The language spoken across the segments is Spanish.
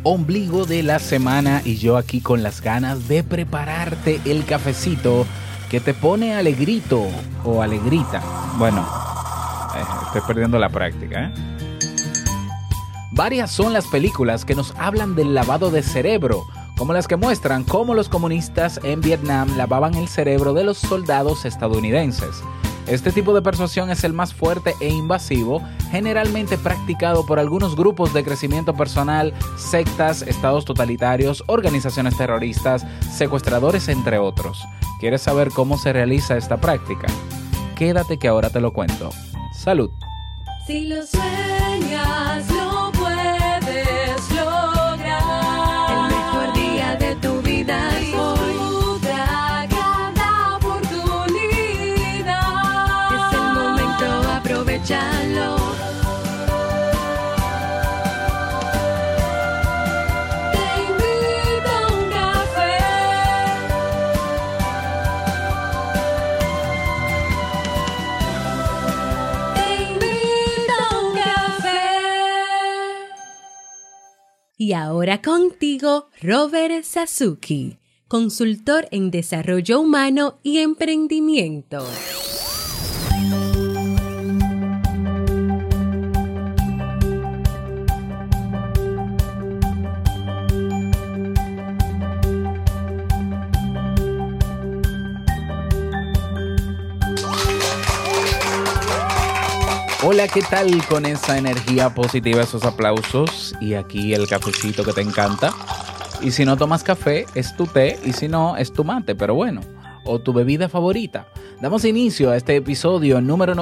ombligo de la semana y yo aquí con las ganas de prepararte el cafecito que te pone alegrito o alegrita. Bueno, estoy perdiendo la práctica, ¿eh? Varias son las películas que nos hablan del lavado de cerebro, como las que muestran cómo los comunistas en Vietnam lavaban el cerebro de los soldados estadounidenses. Este tipo de persuasión es el más fuerte e invasivo, generalmente practicado por algunos grupos de crecimiento personal, sectas, estados totalitarios, organizaciones terroristas, secuestradores, entre otros. ¿Quieres saber cómo se realiza esta práctica? Quédate que ahora te lo cuento. ¡Salud! Si lo sueñas, lo puedes lograr. El mejor día de tu vida es hoy. Disfruta cada oportunidad. Es el momento, aprovechalo. Te invito a un café. Te invito a un café. Y ahora contigo, Robert Sasuki, consultor en desarrollo humano y emprendimiento. Hola, ¿qué tal con esa energía positiva, esos aplausos y aquí el cafecito que te encanta? Y si no tomas café, es tu té, y si no, es tu mate, pero bueno, o tu bebida favorita. Damos inicio a este episodio número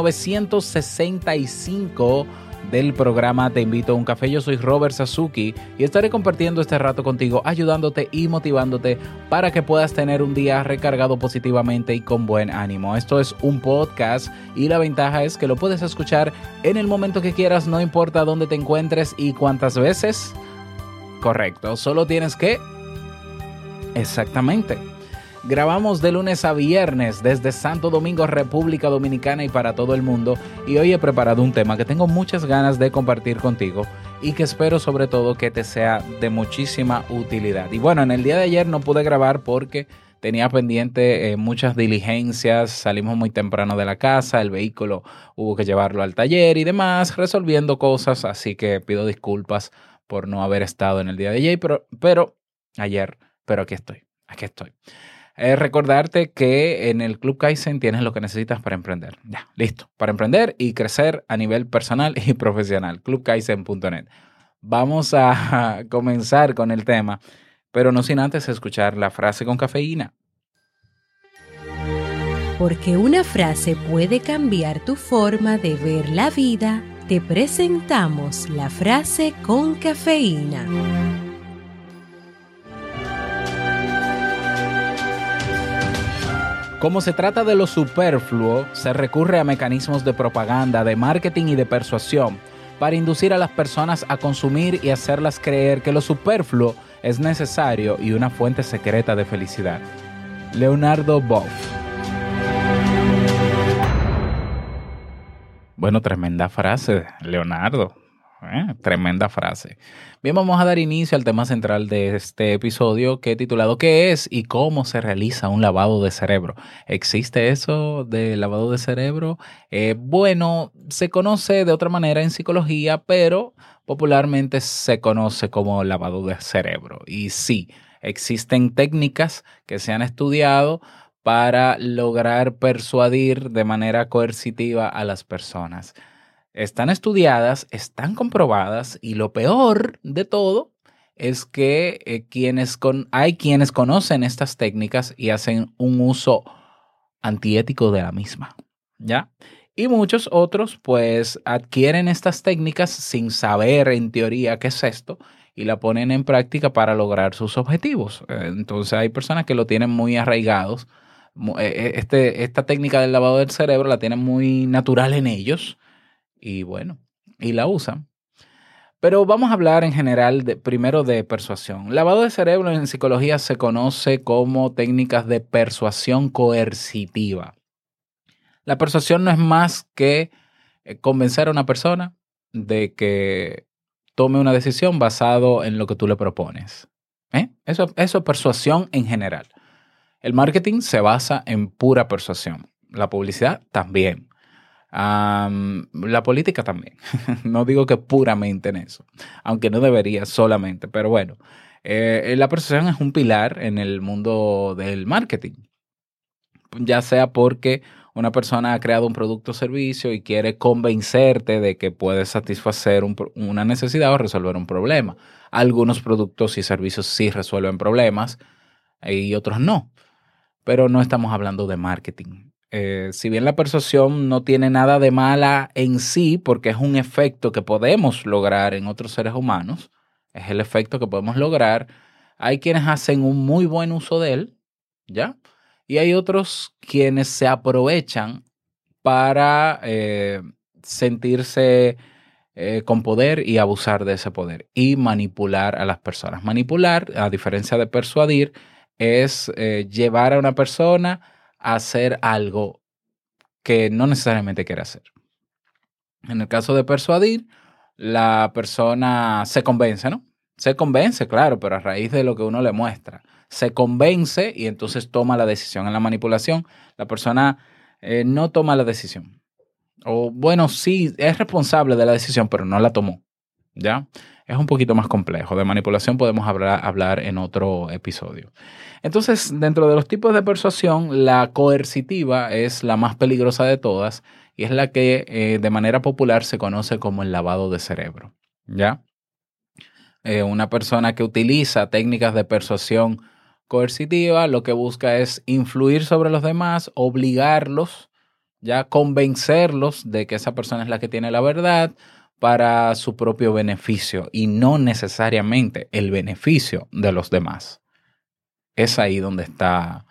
965 del programa Te Invito a un Café. Yo soy Robert Sasuki y estaré compartiendo este rato contigo, ayudándote y motivándote para que puedas tener un día recargado positivamente y con buen ánimo. Esto es un podcast y la ventaja es que lo puedes escuchar en el momento que quieras, no importa dónde te encuentres y cuántas veces. Correcto, solo tienes que... Exactamente. Grabamos de lunes a viernes desde Santo Domingo, República Dominicana y para todo el mundo. Y hoy he preparado un tema que tengo muchas ganas de compartir contigo y que espero sobre todo que te sea de muchísima utilidad. Y bueno, en el día de ayer no pude grabar porque tenía pendiente muchas diligencias, salimos muy temprano de la casa, el vehículo hubo que llevarlo al taller y demás, resolviendo cosas, así que pido disculpas por no haber estado en el día de ayer, pero aquí estoy. Recordarte que en el Club Kaizen tienes lo que necesitas para emprender. Ya, listo. Para emprender y crecer a nivel personal y profesional. clubkaizen.net. Vamos a comenzar con el tema, pero no sin antes escuchar la frase con cafeína. Porque una frase puede cambiar tu forma de ver la vida, te presentamos la frase con cafeína. Como se trata de lo superfluo, se recurre a mecanismos de propaganda, de marketing y de persuasión para inducir a las personas a consumir y hacerlas creer que lo superfluo es necesario y una fuente secreta de felicidad. Leonardo Boff. Bueno, tremenda frase, Leonardo. Tremenda frase. Bien, vamos a dar inicio al tema central de este episodio que he titulado ¿Qué es y cómo se realiza un lavado de cerebro? ¿Existe eso de lavado de cerebro? Bueno, se conoce de otra manera en psicología, pero popularmente se conoce como lavado de cerebro. Y sí, existen técnicas que se han estudiado para lograr persuadir de manera coercitiva a las personas. Están estudiadas, están comprobadas y lo peor de todo es que hay quienes conocen estas técnicas y hacen un uso antiético de la misma, ¿ya? Y muchos otros pues adquieren estas técnicas sin saber en teoría qué es esto y la ponen en práctica para lograr sus objetivos. Entonces hay personas que lo tienen muy arraigados. Esta técnica del lavado del cerebro la tienen muy natural en ellos. Y bueno, y la usan. Pero vamos a hablar en general primero de persuasión. Lavado de cerebro en psicología se conoce como técnicas de persuasión coercitiva. La persuasión no es más que convencer a una persona de que tome una decisión basado en lo que tú le propones. Eso es persuasión en general. El marketing se basa en pura persuasión. La publicidad también. La política también. No digo que puramente en eso, aunque no debería solamente, pero bueno, la persuasión es un pilar en el mundo del marketing, ya sea porque una persona ha creado un producto o servicio y quiere convencerte de que puede satisfacer una necesidad o resolver un problema. Algunos productos y servicios sí resuelven problemas y otros no, pero no estamos hablando de marketing. Si bien la persuasión no tiene nada de mala en sí, porque es un efecto que podemos lograr en otros seres humanos, es el efecto que podemos lograr, hay quienes hacen un muy buen uso de él, ¿ya? Y hay otros quienes se aprovechan para sentirse con poder y abusar de ese poder y manipular a las personas. Manipular, a diferencia de persuadir, es llevar a una persona a hacer algo que no necesariamente quiere hacer. En el caso de persuadir, la persona se convence, ¿no? Se convence, claro, pero a raíz de lo que uno le muestra. Se convence y entonces toma la decisión. En la manipulación, la persona no toma la decisión. O bueno, sí, es responsable de la decisión, pero no la tomó. ¿Ya? Es un poquito más complejo. De manipulación podemos hablar en otro episodio. Entonces, dentro de los tipos de persuasión, la coercitiva es la más peligrosa de todas y es la que de manera popular se conoce como el lavado de cerebro. ¿Ya? Una persona que utiliza técnicas de persuasión coercitiva lo que busca es influir sobre los demás, obligarlos, ya convencerlos de que esa persona es la que tiene la verdad para su propio beneficio y no necesariamente el beneficio de los demás. Es ahí donde está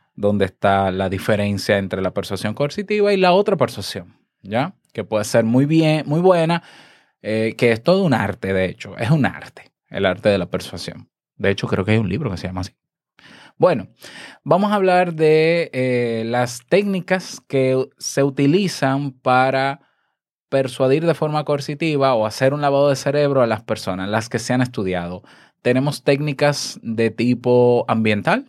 la diferencia entre la persuasión coercitiva y la otra persuasión, ¿ya? Que puede ser muy bien, muy buena, que es todo un arte, de hecho, es un arte, el arte de la persuasión. De hecho, creo que hay un libro que se llama así. Bueno, vamos a hablar de las técnicas que se utilizan para persuadir de forma coercitiva o hacer un lavado de cerebro a las personas, las que se han estudiado. Tenemos técnicas de tipo ambiental,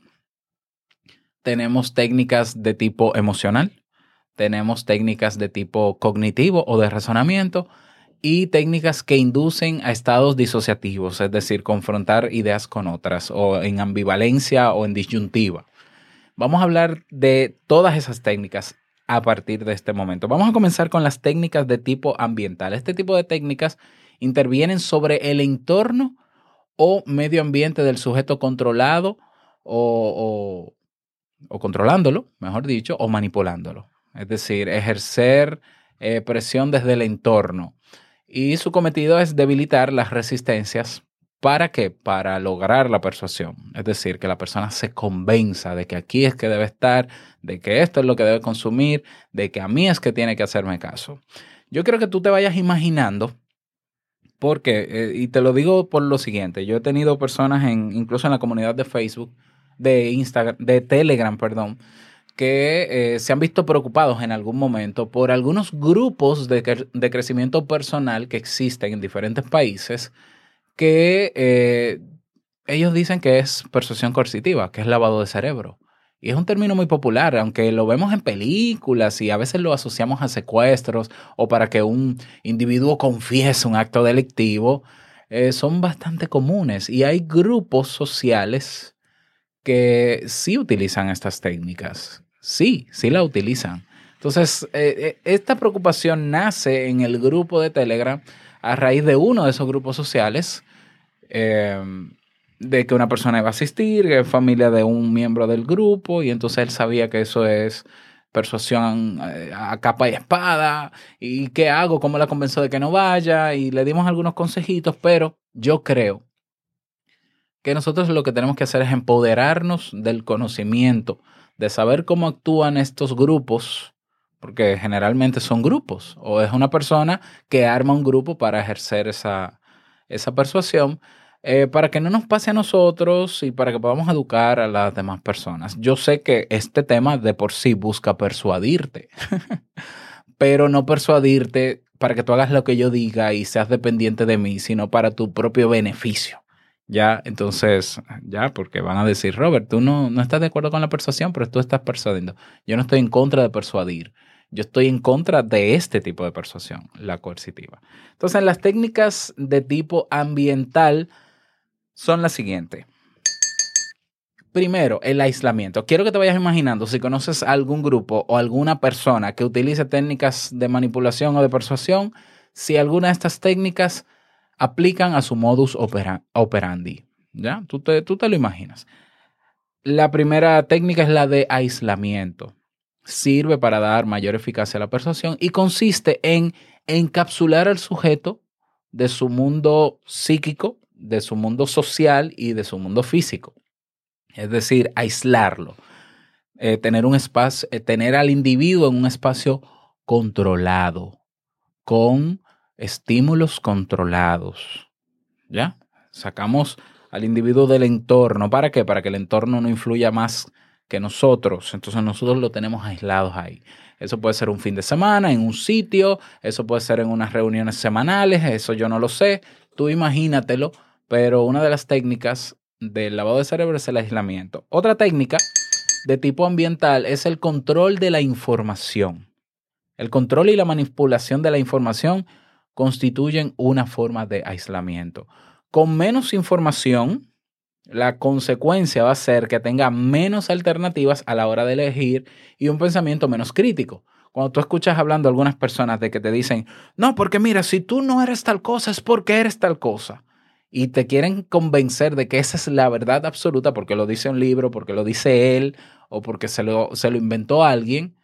tenemos técnicas de tipo emocional, tenemos técnicas de tipo cognitivo o de razonamiento y técnicas que inducen a estados disociativos, es decir, confrontar ideas con otras o en ambivalencia o en disyuntiva. Vamos a hablar de todas esas técnicas a partir de este momento. Vamos a comenzar con las técnicas de tipo ambiental. Este tipo de técnicas intervienen sobre el entorno o medio ambiente del sujeto controlado o controlándolo, mejor dicho, o manipulándolo. Es decir, ejercer presión desde el entorno. Y su cometido es debilitar las resistencias. ¿Para qué? Para lograr la persuasión. Es decir, que la persona se convenza de que aquí es que debe estar, de que esto es lo que debe consumir, de que a mí es que tiene que hacerme caso. Yo quiero que tú te vayas imaginando, porque, y te lo digo por lo siguiente, yo he tenido personas incluso en la comunidad de Facebook, de Instagram, de Telegram, perdón, que se han visto preocupados en algún momento por algunos grupos de crecimiento personal que existen en diferentes países que ellos dicen que es persuasión coercitiva, que es lavado de cerebro. Y es un término muy popular, aunque lo vemos en películas y a veces lo asociamos a secuestros o para que un individuo confiese un acto delictivo, son bastante comunes. Y hay grupos sociales que sí utilizan estas técnicas. Sí la utilizan. Entonces, esta preocupación nace en el grupo de Telegram a raíz de uno de esos grupos sociales, de que una persona iba a asistir, que es familia de un miembro del grupo, y entonces él sabía que eso es persuasión a capa y espada, y qué hago, cómo la convenzo de que no vaya, y le dimos algunos consejitos, pero yo creo que nosotros lo que tenemos que hacer es empoderarnos del conocimiento, de saber cómo actúan estos grupos, porque generalmente son grupos, o es una persona que arma un grupo para ejercer esa persuasión, para que no nos pase a nosotros y para que podamos educar a las demás personas. Yo sé que este tema de por sí busca persuadirte, pero no persuadirte para que tú hagas lo que yo diga y seas dependiente de mí, sino para tu propio beneficio. Ya, entonces, ya, porque van a decir, Robert, tú no estás de acuerdo con la persuasión, pero tú estás persuadiendo. Yo no estoy en contra de persuadir. Yo estoy en contra de este tipo de persuasión, la coercitiva. Entonces, las técnicas de tipo ambiental son las siguientes. Primero, el aislamiento. Quiero que te vayas imaginando si conoces a algún grupo o alguna persona que utilice técnicas de manipulación o de persuasión, si alguna de estas técnicas aplican a su modus operandi. ¿Ya? Tú te lo imaginas. La primera técnica es la de aislamiento. Sirve para dar mayor eficacia a la persuasión y consiste en encapsular al sujeto de su mundo psíquico, de su mundo social y de su mundo físico. Es decir, aislarlo, tener un espacio, tener al individuo en un espacio controlado, con estímulos controlados. ¿Ya? Sacamos al individuo del entorno. ¿Para qué? Para que el entorno no influya más que nosotros. Entonces nosotros lo tenemos aislados ahí. Eso puede ser un fin de semana, en un sitio, eso puede ser en unas reuniones semanales, eso yo no lo sé. Tú imagínatelo, pero una de las técnicas del lavado de cerebro es el aislamiento. Otra técnica de tipo ambiental es el control de la información. El control y la manipulación de la información constituyen una forma de aislamiento. Con menos información, la consecuencia va a ser que tenga menos alternativas a la hora de elegir y un pensamiento menos crítico. Cuando tú escuchas hablando a algunas personas de que te dicen, no, porque mira, si tú no eres tal cosa es porque eres tal cosa. Y te quieren convencer de que esa es la verdad absoluta porque lo dice un libro, porque lo dice él o porque se lo inventó alguien.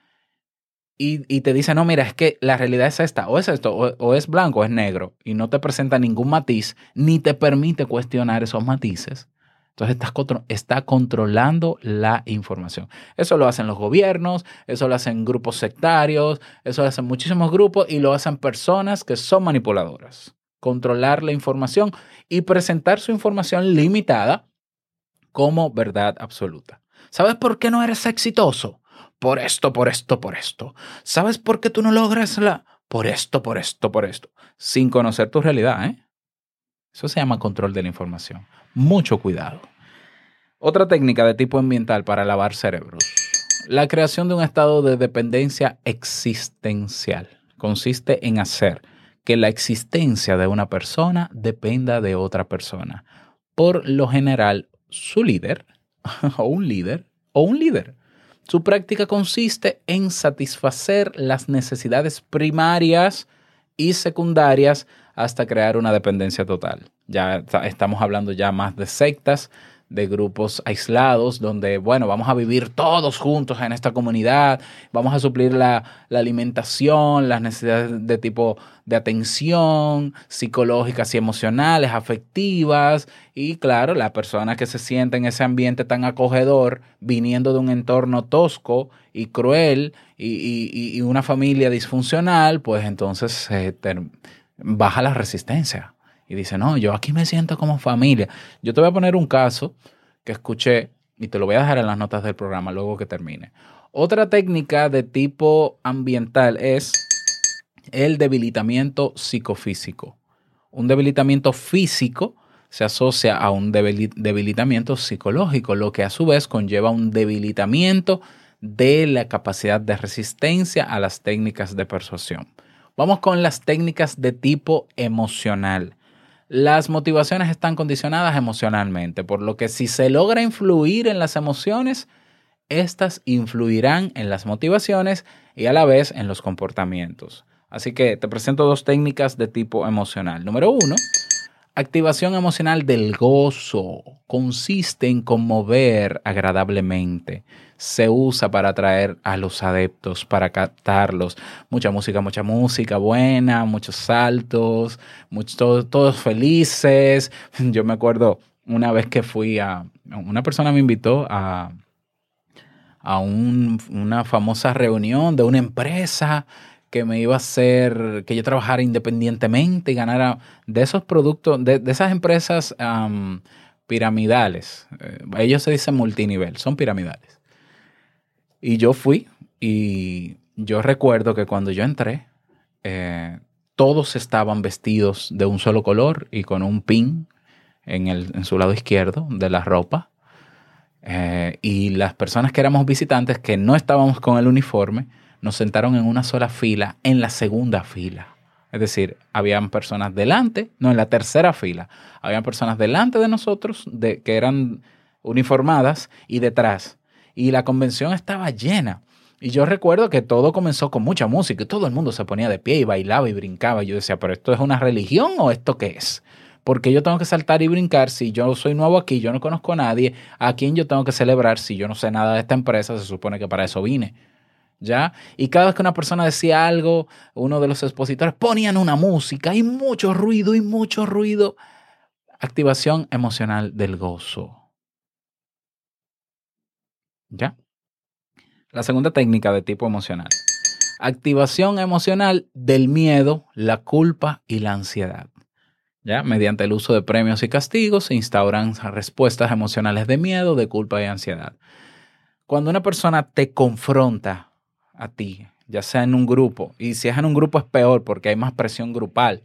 Y te dice, no, mira, es que la realidad es esta, o es esto, o es blanco o es negro, y no te presenta ningún matiz, ni te permite cuestionar esos matices. Entonces está controlando la información. Eso lo hacen los gobiernos, eso lo hacen grupos sectarios, eso lo hacen muchísimos grupos y lo hacen personas que son manipuladoras. Controlar la información y presentar su información limitada como verdad absoluta. ¿Sabes por qué no eres exitoso? Por esto, por esto, por esto. ¿Sabes por qué tú no logras la? Por esto, por esto, por esto. Sin conocer tu realidad, ¿eh? Eso se llama control de la información. Mucho cuidado. Otra técnica de tipo ambiental para lavar cerebros. La creación de un estado de dependencia existencial. Consiste en hacer que la existencia de una persona dependa de otra persona. Por lo general, su líder, o un líder, o un líder. Su práctica consiste en satisfacer las necesidades primarias y secundarias hasta crear una dependencia total. Ya estamos hablando ya más de sectas, de grupos aislados, donde, bueno, vamos a vivir todos juntos en esta comunidad, vamos a suplir la alimentación, las necesidades de tipo de atención, psicológicas y emocionales, afectivas, y claro, la persona que se siente en ese ambiente tan acogedor, viniendo de un entorno tosco y cruel y una familia disfuncional, pues entonces baja la resistencia. Y dice, no, yo aquí me siento como familia. Yo te voy a poner un caso que escuché y te lo voy a dejar en las notas del programa luego que termine. Otra técnica de tipo ambiental es el debilitamiento psicofísico. Un debilitamiento físico se asocia a un debilitamiento psicológico, lo que a su vez conlleva un debilitamiento de la capacidad de resistencia a las técnicas de persuasión. Vamos con las técnicas de tipo emocional. Las motivaciones están condicionadas emocionalmente, por lo que si se logra influir en las emociones, estas influirán en las motivaciones y a la vez en los comportamientos. Así que te presento dos técnicas de tipo emocional. Número 1, activación emocional del gozo. Consiste en conmover agradablemente. Se usa para atraer a los adeptos, para captarlos. Mucha música buena, muchos saltos, todos felices. Yo me acuerdo una vez que una persona me invitó a una famosa reunión de una empresa que me iba a hacer que yo trabajara independientemente y ganara de esos productos, de esas empresas piramidales. Ellos se dicen multinivel, son piramidales. Y yo fui y yo recuerdo que cuando yo entré, todos estaban vestidos de un solo color y con un pin en su lado izquierdo de la ropa. Y las personas que éramos visitantes, que no estábamos con el uniforme, nos sentaron en una sola fila, en la segunda fila. Es decir, habían personas delante, no, en la tercera fila. Habían personas delante de nosotros que eran uniformadas y detrás. Y la convención estaba llena. Y yo recuerdo que todo comenzó con mucha música y todo el mundo se ponía de pie y bailaba y brincaba. Y yo decía, ¿pero esto es una religión o esto qué es? Porque yo tengo que saltar y brincar si yo soy nuevo aquí, yo no conozco a nadie, a quién yo tengo que celebrar si yo no sé nada de esta empresa, se supone que para eso vine. ¿Ya? Y cada vez que una persona decía algo, uno de los expositores ponían una música y mucho ruido y mucho ruido. Activación emocional del gozo. ¿Ya? La segunda técnica de tipo emocional. Activación emocional del miedo, la culpa y la ansiedad. ¿Ya? Mediante el uso de premios y castigos se instauran respuestas emocionales de miedo, de culpa y ansiedad. Cuando una persona te confronta a ti, ya sea en un grupo, y si es en un grupo es peor porque hay más presión grupal,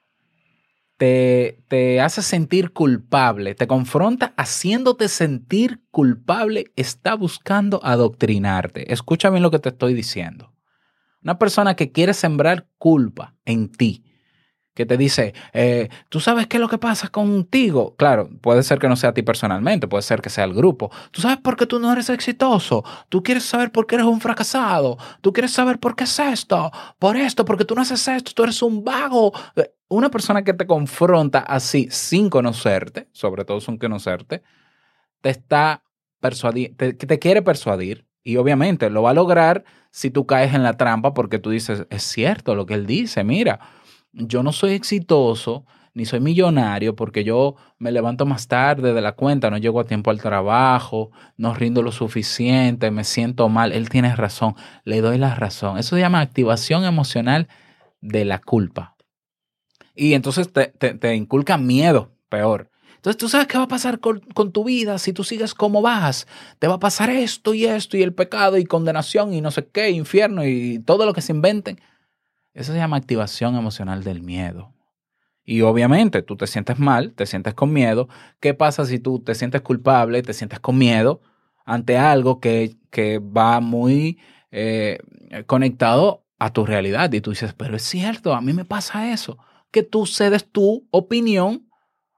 te hace sentir culpable, te confronta haciéndote sentir culpable, está buscando adoctrinarte. Escucha bien lo que te estoy diciendo. Una persona que quiere sembrar culpa en ti, que te dice, ¿tú sabes qué es lo que pasa contigo? Claro, puede ser que no sea a ti personalmente, puede ser que sea el grupo. ¿Tú sabes por qué tú no eres exitoso? ¿Tú quieres saber por qué eres un fracasado? ¿Tú quieres saber por qué es esto? Por esto, porque tú no haces esto, tú eres un vago. Una persona que te confronta así, sin conocerte, sobre todo sin conocerte, te está persuadiendo, te quiere persuadir y obviamente lo va a lograr si tú caes en la trampa porque tú dices, es cierto lo que él dice, mira. Yo no soy exitoso ni soy millonario porque yo me levanto más tarde de la cuenta, no llego a tiempo al trabajo, no rindo lo suficiente, me siento mal. Él tiene razón, le doy la razón. Eso se llama activación emocional de la culpa. Y entonces te inculca miedo, peor. Entonces tú sabes qué va a pasar con tu vida si tú sigues como vas. Te va a pasar esto y el pecado y condenación y no sé qué, infierno y todo lo que se inventen. Eso se llama activación emocional del miedo. Y obviamente tú te sientes mal, te sientes con miedo. ¿Qué pasa si tú te sientes culpable, te sientes con miedo ante algo que va muy conectado a tu realidad? Y tú dices, pero es cierto, a mí me pasa eso. Que tú cedes tu opinión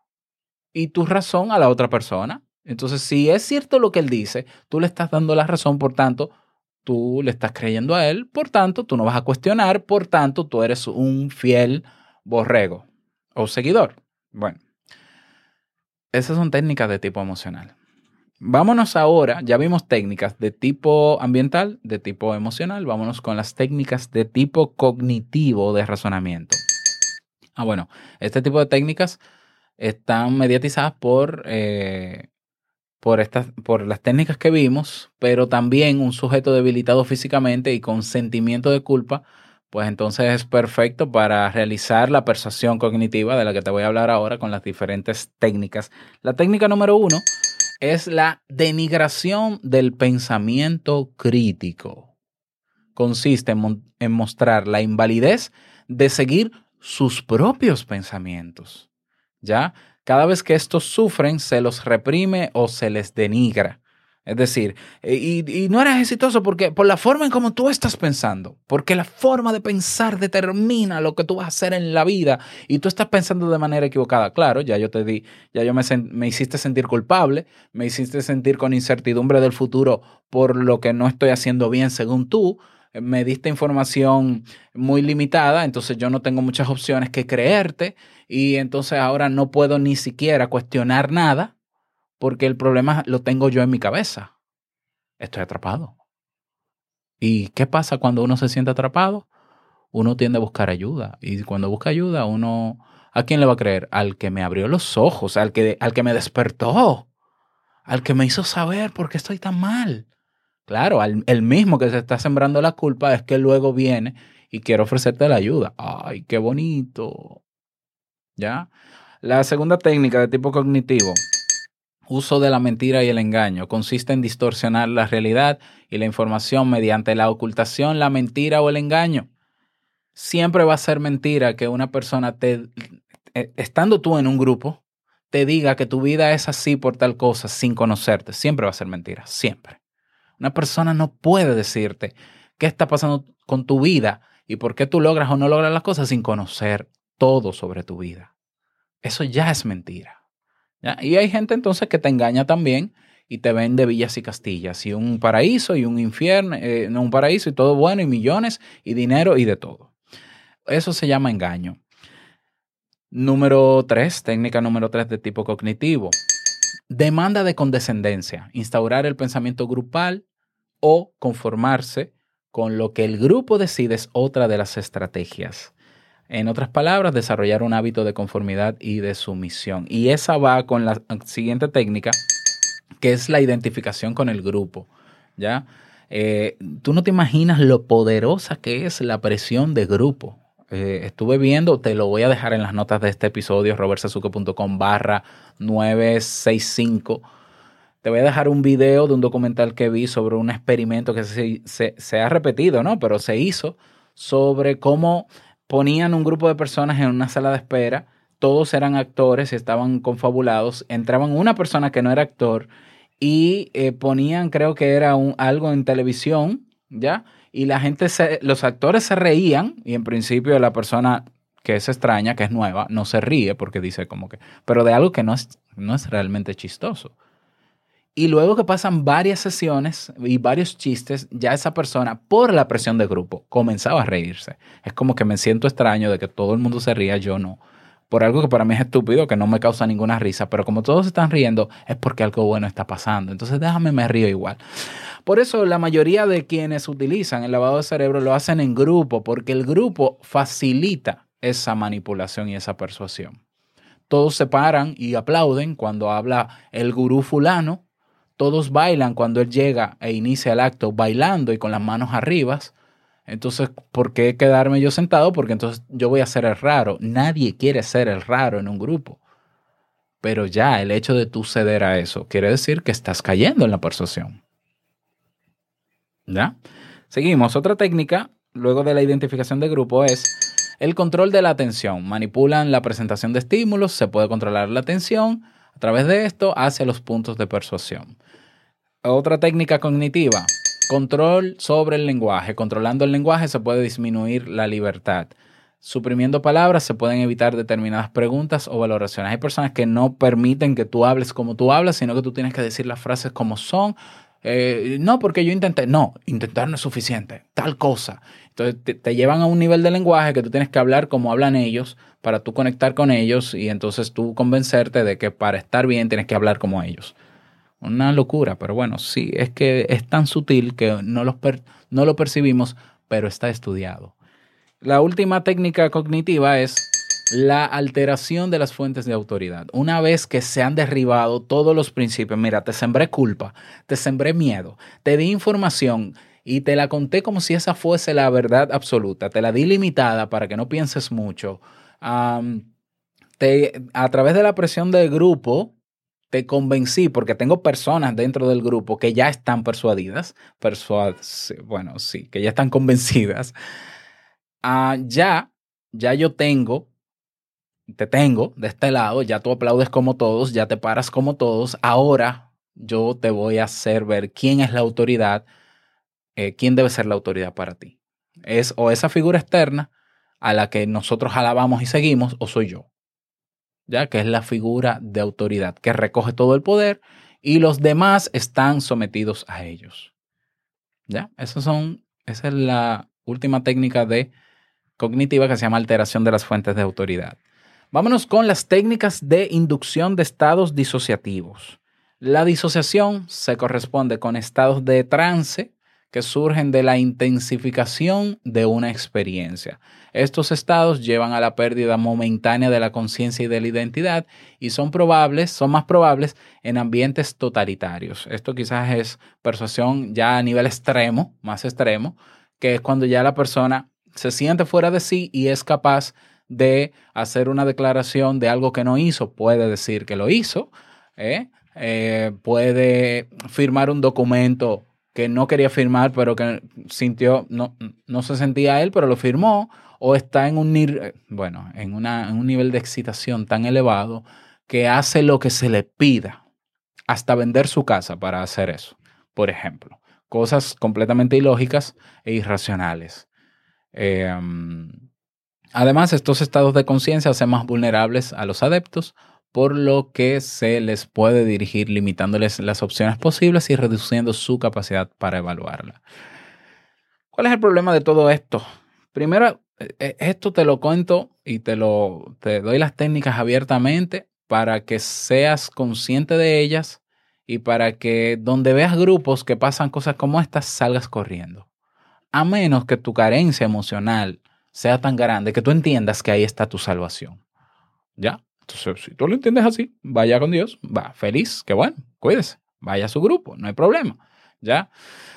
y tu razón a la otra persona. Entonces, si es cierto lo que él dice, tú le estás dando la razón, por tanto, tú le estás creyendo a él, por tanto, tú no vas a cuestionar, por tanto, tú eres un fiel borrego o seguidor. Bueno, esas son técnicas de tipo emocional. Vámonos ahora, ya vimos técnicas de tipo ambiental, de tipo emocional, vámonos con las técnicas de tipo cognitivo de razonamiento. Bueno, este tipo de técnicas están mediatizadas por las técnicas que vimos, pero también un sujeto debilitado físicamente y con sentimiento de culpa, pues entonces es perfecto para realizar la persuasión cognitiva de la que te voy a hablar ahora con las diferentes técnicas. La técnica número 1 es la denigración del pensamiento crítico. Consiste en mostrar la invalidez de seguir sus propios pensamientos. ¿Ya? Cada vez que estos sufren, se los reprime o se les denigra. Es decir, y no eres exitoso porque por la forma en cómo tú estás pensando, porque la forma de pensar determina lo que tú vas a hacer en la vida y tú estás pensando de manera equivocada. Claro, ya yo te di, ya yo me hiciste sentir culpable, me hiciste sentir con incertidumbre del futuro por lo que no estoy haciendo bien según tú. Me diste información muy limitada, entonces yo no tengo muchas opciones que creerte y entonces ahora no puedo ni siquiera cuestionar nada porque el problema lo tengo yo en mi cabeza. Estoy atrapado. ¿Y qué pasa cuando uno se siente atrapado? Uno tiende a buscar ayuda y cuando busca ayuda uno, ¿a quién le va a creer? Al que me abrió los ojos, al que me despertó, al que me hizo saber por qué estoy tan mal. Claro, el mismo que se está sembrando la culpa es que luego viene y quiere ofrecerte la ayuda. ¡Ay, qué bonito! ¿Ya? La segunda técnica de tipo cognitivo, uso de la mentira y el engaño, consiste en distorsionar la realidad y la información mediante la ocultación, la mentira o el engaño. siempre va a ser mentira que una persona estando tú en un grupo, te diga que tu vida es así por tal cosa sin conocerte. Siempre va a ser mentira, siempre. Una persona no puede decirte qué está pasando con tu vida y por qué tú logras o no logras las cosas sin conocer todo sobre tu vida. Eso ya es mentira. ¿Ya? Y hay gente entonces que te engaña también y te vende villas y castillas y un paraíso y un infierno, no un paraíso y todo bueno y millones y dinero y de todo. Eso se llama engaño. Técnica número 3 de tipo cognitivo. Demanda de condescendencia, instaurar el pensamiento grupal o conformarse con lo que el grupo decide es otra de las estrategias. En otras palabras, desarrollar un hábito de conformidad y de sumisión. Y esa va con la siguiente técnica, que es la identificación con el grupo. ¿Ya? Tú no te imaginas lo poderosa que es la presión de grupo. Estuve viendo, te lo voy a dejar en las notas de este episodio, robertsazuke.com/965. Te voy a dejar un video de un documental que vi sobre un experimento que se ha repetido, ¿no? Pero se hizo sobre cómo ponían un grupo de personas en una sala de espera, todos eran actores y estaban confabulados, entraban una persona que no era actor y ponían, creo que era algo en televisión, ¿ya? Y los actores se reían y en principio la persona que es extraña, que es nueva, no se ríe porque dice como que, pero de algo que no es realmente chistoso. Y luego que pasan varias sesiones y varios chistes, ya esa persona, por la presión de grupo, comenzaba a reírse. Es como que me siento extraño de que todo el mundo se ría, yo no. Por algo que para mí es estúpido, que no me causa ninguna risa, pero como todos están riendo, es porque algo bueno está pasando. Entonces me río igual. Por eso la mayoría de quienes utilizan el lavado de cerebro lo hacen en grupo, porque el grupo facilita esa manipulación y esa persuasión. Todos se paran y aplauden cuando habla el gurú fulano. Todos bailan cuando él llega e inicia el acto bailando y con las manos arriba. Entonces, ¿por qué quedarme yo sentado? Porque entonces yo voy a ser el raro. Nadie quiere ser el raro en un grupo. Pero ya el hecho de tú ceder a eso quiere decir que estás cayendo en la persuasión. ¿Ya? Seguimos. Otra técnica, luego de la identificación de grupo, es el control de la atención. Manipulan la presentación de estímulos, se puede controlar la atención a través de esto hacia los puntos de persuasión. Otra técnica cognitiva, control sobre el lenguaje. Controlando el lenguaje se puede disminuir la libertad. Suprimiendo palabras se pueden evitar determinadas preguntas o valoraciones. Hay personas que no permiten que tú hables como tú hablas, sino que tú tienes que decir las frases como son. No, porque yo intenté. No, intentar no es suficiente. Tal cosa. Entonces te llevan a un nivel de lenguaje que tú tienes que hablar como hablan ellos para tú conectar con ellos y entonces tú convencerte de que para estar bien tienes que hablar como ellos. Una locura, pero bueno, sí, es que es tan sutil que no lo percibimos, pero está estudiado. La última técnica cognitiva es la alteración de las fuentes de autoridad. Una vez que se han derribado todos los principios, mira, te sembré culpa, te sembré miedo, te di información y te la conté como si esa fuese la verdad absoluta, te la di limitada para que no pienses mucho. A través de la presión del grupo, te convencí, porque tengo personas dentro del grupo que ya están persuadidas, que ya están convencidas. Ya yo te tengo de este lado, ya tú aplaudes como todos, ya te paras como todos, ahora yo te voy a hacer ver quién es la autoridad, quién debe ser la autoridad para ti. Es o esa figura externa a la que nosotros alabamos y seguimos, o soy yo. Ya que es la figura de autoridad que recoge todo el poder y los demás están sometidos a ellos. ¿Ya? Esa es la última técnica cognitiva que se llama alteración de las fuentes de autoridad. Vámonos con las técnicas de inducción de estados disociativos. La disociación se corresponde con estados de trance que surgen de la intensificación de una experiencia. Estos estados llevan a la pérdida momentánea de la conciencia y de la identidad y son más probables en ambientes totalitarios. Esto quizás es persuasión ya a nivel extremo, más extremo, que es cuando ya la persona se siente fuera de sí y es capaz de hacer una declaración de algo que no hizo. Puede decir que lo hizo, puede firmar un documento que no quería firmar, pero que no se sentía él, pero lo firmó, o está en en un nivel de excitación tan elevado que hace lo que se le pida, hasta vender su casa para hacer eso, por ejemplo. Cosas completamente ilógicas e irracionales. Eh, Además, estos estados de conciencia hacen más vulnerables a los adeptos, por lo que se les puede dirigir limitándoles las opciones posibles y reduciendo su capacidad para evaluarla. ¿Cuál es el problema de todo esto? Primero, esto te lo cuento y te doy las técnicas abiertamente para que seas consciente de ellas y para que donde veas grupos que pasan cosas como estas, salgas corriendo. A menos que tu carencia emocional sea tan grande que tú entiendas que ahí está tu salvación. ¿Ya? Entonces, si tú lo entiendes así, vaya con Dios, va feliz, qué bueno, cuídese, vaya a su grupo, no hay problema. ¿Ya?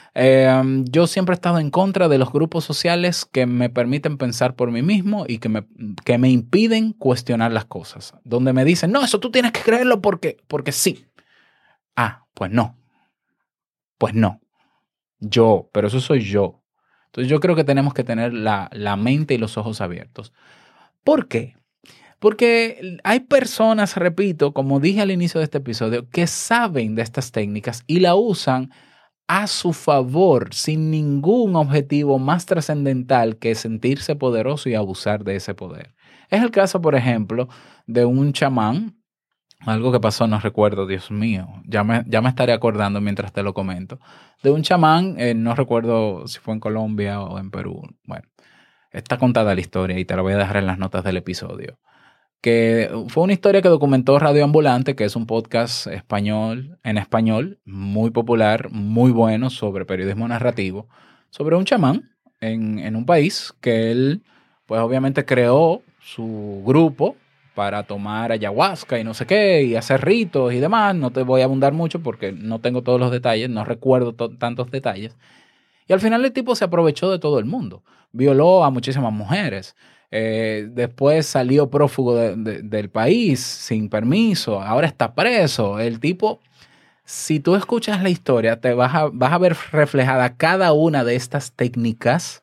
Yo siempre he estado en contra de los grupos sociales que me permiten pensar por mí mismo y que me impiden cuestionar las cosas. Donde me dicen, no, eso tú tienes que creerlo porque sí. Ah, pues no. Pues no. Pero eso soy yo. Entonces yo creo que tenemos que tener la mente y los ojos abiertos. ¿Por qué? Porque hay personas, repito, como dije al inicio de este episodio, que saben de estas técnicas y la usan a su favor, sin ningún objetivo más trascendental que sentirse poderoso y abusar de ese poder. Es el caso, por ejemplo, de un chamán, algo que pasó, no recuerdo, Dios mío, ya me estaré acordando mientras te lo comento, de un chamán, no recuerdo si fue en Colombia o en Perú. Bueno, está contada la historia y te la voy a dejar en las notas del episodio. Que fue una historia que documentó Radio Ambulante, que es un podcast en español, muy popular, muy bueno, sobre periodismo narrativo, sobre un chamán en un país que él, pues obviamente creó su grupo para tomar ayahuasca y no sé qué, y hacer ritos y demás. No te voy a abundar mucho porque no tengo todos los detalles, no recuerdo tantos detalles. Y al final el tipo se aprovechó de todo el mundo, violó a muchísimas mujeres. Después salió prófugo del país sin permiso, ahora está preso. El tipo, si tú escuchas la historia, vas a ver reflejada cada una de estas técnicas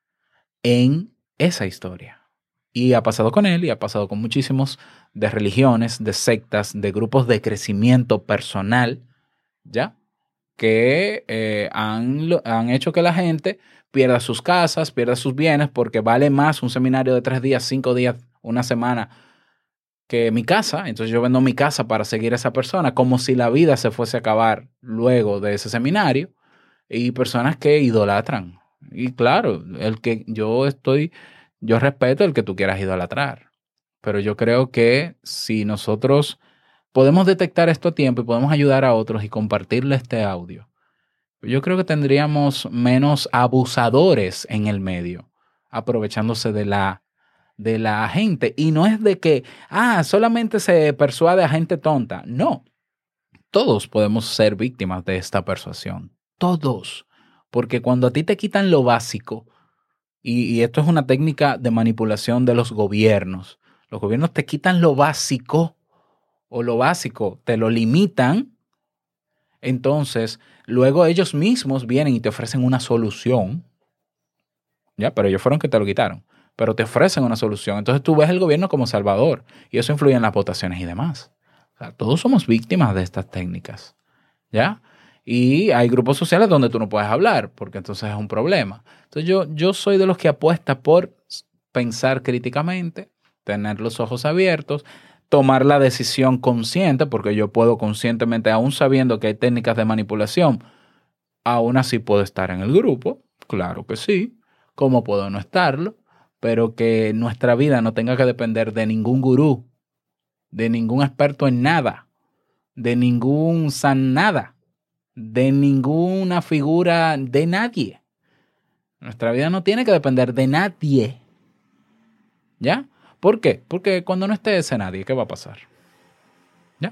en esa historia. Y ha pasado con él y ha pasado con muchísimos de religiones, de sectas, de grupos de crecimiento personal, ¿ya? Que han hecho que la gente pierda sus casas, pierda sus bienes, porque vale más un seminario de 3 días, 5 días, una semana que mi casa. Entonces yo vendo mi casa para seguir a esa persona, como si la vida se fuese a acabar luego de ese seminario. Y personas que idolatran. Y claro, yo respeto el que tú quieras idolatrar, pero yo creo que si nosotros podemos detectar esto a tiempo y podemos ayudar a otros y compartirle este audio, yo creo que tendríamos menos abusadores en el medio, aprovechándose de la gente. Y no es de que, solamente se persuade a gente tonta. No, todos podemos ser víctimas de esta persuasión. Todos. Porque cuando a ti te quitan lo básico, y esto es una técnica de manipulación de los gobiernos te quitan lo básico, o lo básico, te lo limitan. Entonces, luego ellos mismos vienen y te ofrecen una solución. Ya, pero ellos fueron que te lo quitaron. Pero te ofrecen una solución. Entonces tú ves el gobierno como salvador. Y eso influye en las votaciones y demás. O sea, todos somos víctimas de estas técnicas. ¿Ya? Y hay grupos sociales donde tú no puedes hablar, porque entonces es un problema. Entonces yo soy de los que apuesta por pensar críticamente, tener los ojos abiertos, tomar la decisión consciente, porque yo puedo conscientemente, aún sabiendo que hay técnicas de manipulación, aún así puedo estar en el grupo, claro que sí, como puedo no estarlo, pero que nuestra vida no tenga que depender de ningún gurú, de ningún experto en nada, de ningún san nada, de ninguna figura de nadie. Nuestra vida no tiene que depender de nadie. ¿Ya? ¿Por qué? Porque cuando no esté ese nadie, ¿qué va a pasar? ¿Ya?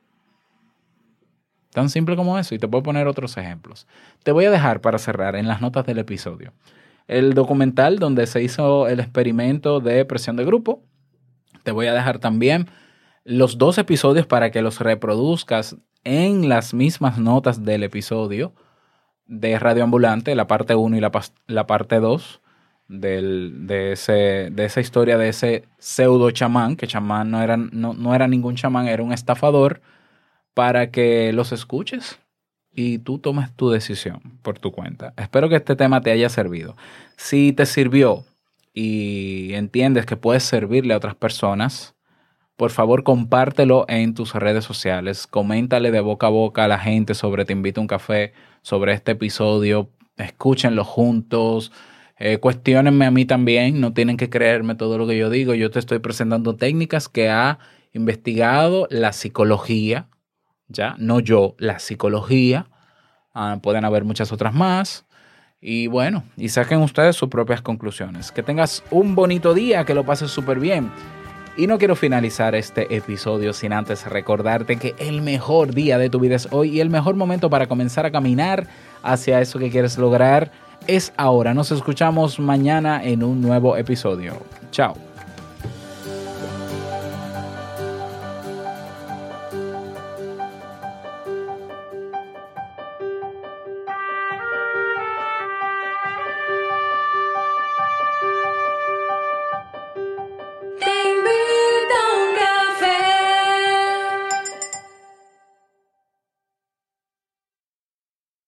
Tan simple como eso. Y te puedo poner otros ejemplos. Te voy a dejar para cerrar en las notas del episodio el documental donde se hizo el experimento de presión de grupo. Te voy a dejar también los 2 episodios para que los reproduzcas en las mismas notas del episodio, de Radio Ambulante, la parte 1 y la parte 2 de esa historia de ese pseudo chamán, que chamán no era ningún chamán, era un estafador, para que los escuches y tú tomes tu decisión por tu cuenta. Espero que este tema te haya servido. Si te sirvió y entiendes que puedes servirle a otras personas, por favor compártelo en tus redes sociales. Coméntale de boca a boca a la gente sobre Te Invito a un Café, sobre este episodio. Escúchenlo juntos. Cuestiónenme a mí también. No tienen que creerme todo lo que yo digo. Yo te estoy presentando técnicas que ha investigado la psicología. Ya, no yo, la psicología. Pueden haber muchas otras más. Y bueno, y saquen ustedes sus propias conclusiones. Que tengas un bonito día, que lo pases súper bien. Y no quiero finalizar este episodio sin antes recordarte que el mejor día de tu vida es hoy y el mejor momento para comenzar a caminar hacia eso que quieres lograr es ahora. Nos escuchamos mañana en un nuevo episodio. Chao.